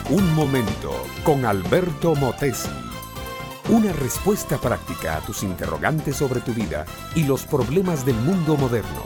Un momento con Alberto Motesi. Una respuesta práctica a tus interrogantes sobre tu vida y los problemas del mundo moderno.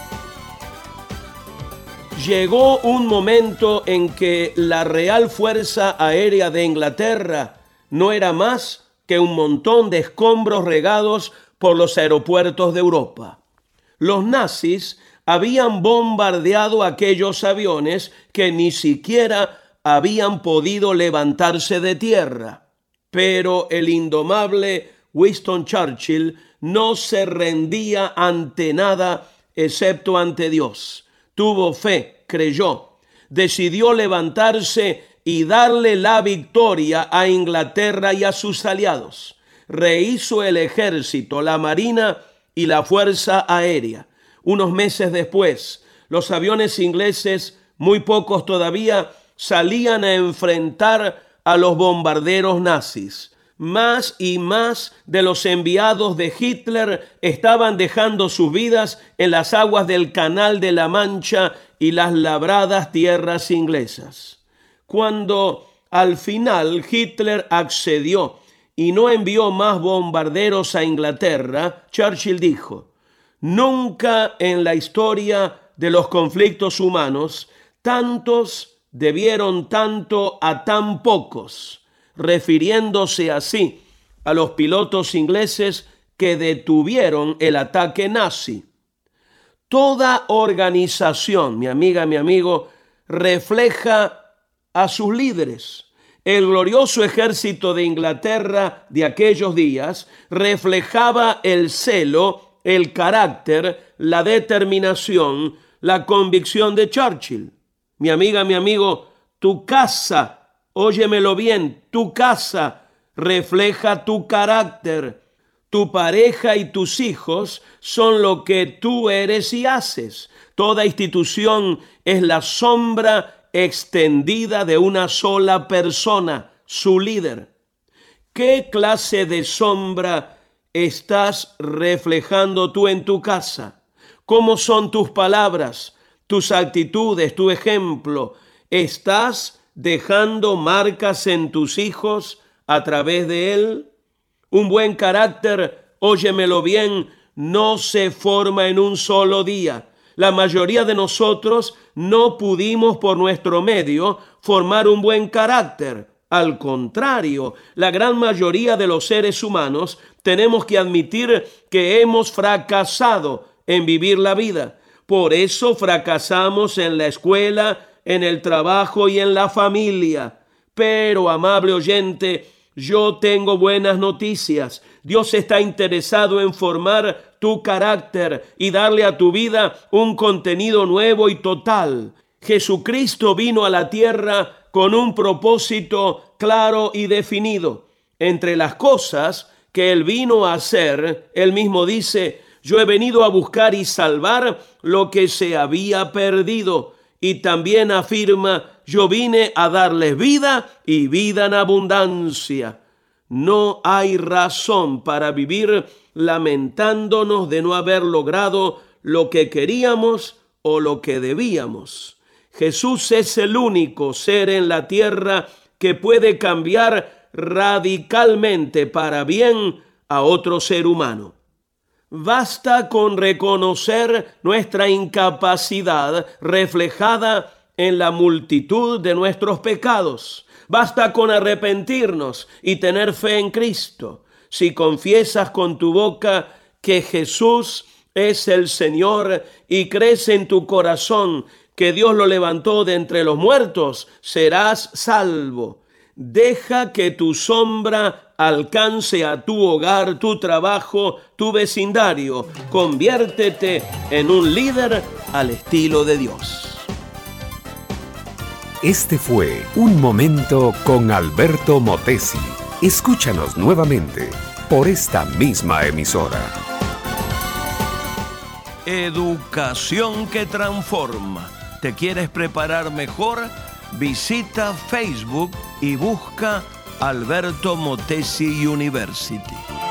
Llegó un momento en que la Real Fuerza Aérea de Inglaterra no era más que un montón de escombros regados por los aeropuertos de Europa. Los nazis habían bombardeado aquellos aviones que ni siquiera habían podido levantarse de tierra. Pero el indomable Winston Churchill no se rendía ante nada excepto ante Dios. Tuvo fe, creyó, decidió levantarse y darle la victoria a Inglaterra y a sus aliados. Rehizo el ejército, la marina y la fuerza aérea. Unos meses después, los aviones ingleses, muy pocos todavía, salían a enfrentar a los bombarderos nazis. Más y más de los enviados de Hitler estaban dejando sus vidas en las aguas del Canal de la Mancha y las labradas tierras inglesas. Cuando al final Hitler accedió y no envió más bombarderos a Inglaterra, Churchill dijo: nunca en la historia de los conflictos humanos tantos debieron tanto a tan pocos, refiriéndose así a los pilotos ingleses que detuvieron el ataque nazi. Toda organización, mi amiga, mi amigo, refleja a sus líderes. El glorioso ejército de Inglaterra de aquellos días reflejaba el celo, el carácter, la determinación, la convicción de Churchill. Mi amiga, mi amigo, tu casa, óyemelo bien, tu casa refleja tu carácter. Tu pareja y tus hijos son lo que tú eres y haces. Toda institución es la sombra extendida de una sola persona, su líder. ¿Qué clase de sombra estás reflejando tú en tu casa? ¿Cómo son tus palabras, tus actitudes, tu ejemplo? ¿Estás dejando marcas en tus hijos a través de él? Un buen carácter, óyemelo bien, no se forma en un solo día. La mayoría de nosotros no pudimos por nuestro medio formar un buen carácter. Al contrario, la gran mayoría de los seres humanos tenemos que admitir que hemos fracasado en vivir la vida. Por eso fracasamos en la escuela, en el trabajo y en la familia. Pero, amable oyente, yo tengo buenas noticias. Dios está interesado en formar tu carácter y darle a tu vida un contenido nuevo y total. Jesucristo vino a la tierra con un propósito claro y definido. Entre las cosas que Él vino a hacer, Él mismo dice: yo he venido a buscar y salvar lo que se había perdido. Y también afirma: yo vine a darles vida y vida en abundancia. No hay razón para vivir lamentándonos de no haber logrado lo que queríamos o lo que debíamos. Jesús es el único ser en la tierra que puede cambiar radicalmente para bien a otro ser humano. Basta con reconocer nuestra incapacidad reflejada en la multitud de nuestros pecados. Basta con arrepentirnos y tener fe en Cristo. Si confiesas con tu boca que Jesús es el Señor y crees en tu corazón que Dios lo levantó de entre los muertos, serás salvo. Deja que tu sombra alcance a tu hogar, tu trabajo, tu vecindario. Conviértete en un líder al estilo de Dios. Este fue Un Momento con Alberto Motesi. Escúchanos nuevamente por esta misma emisora. Educación que transforma. ¿Te quieres preparar mejor? Visita Facebook y busca Alberto Motesi University.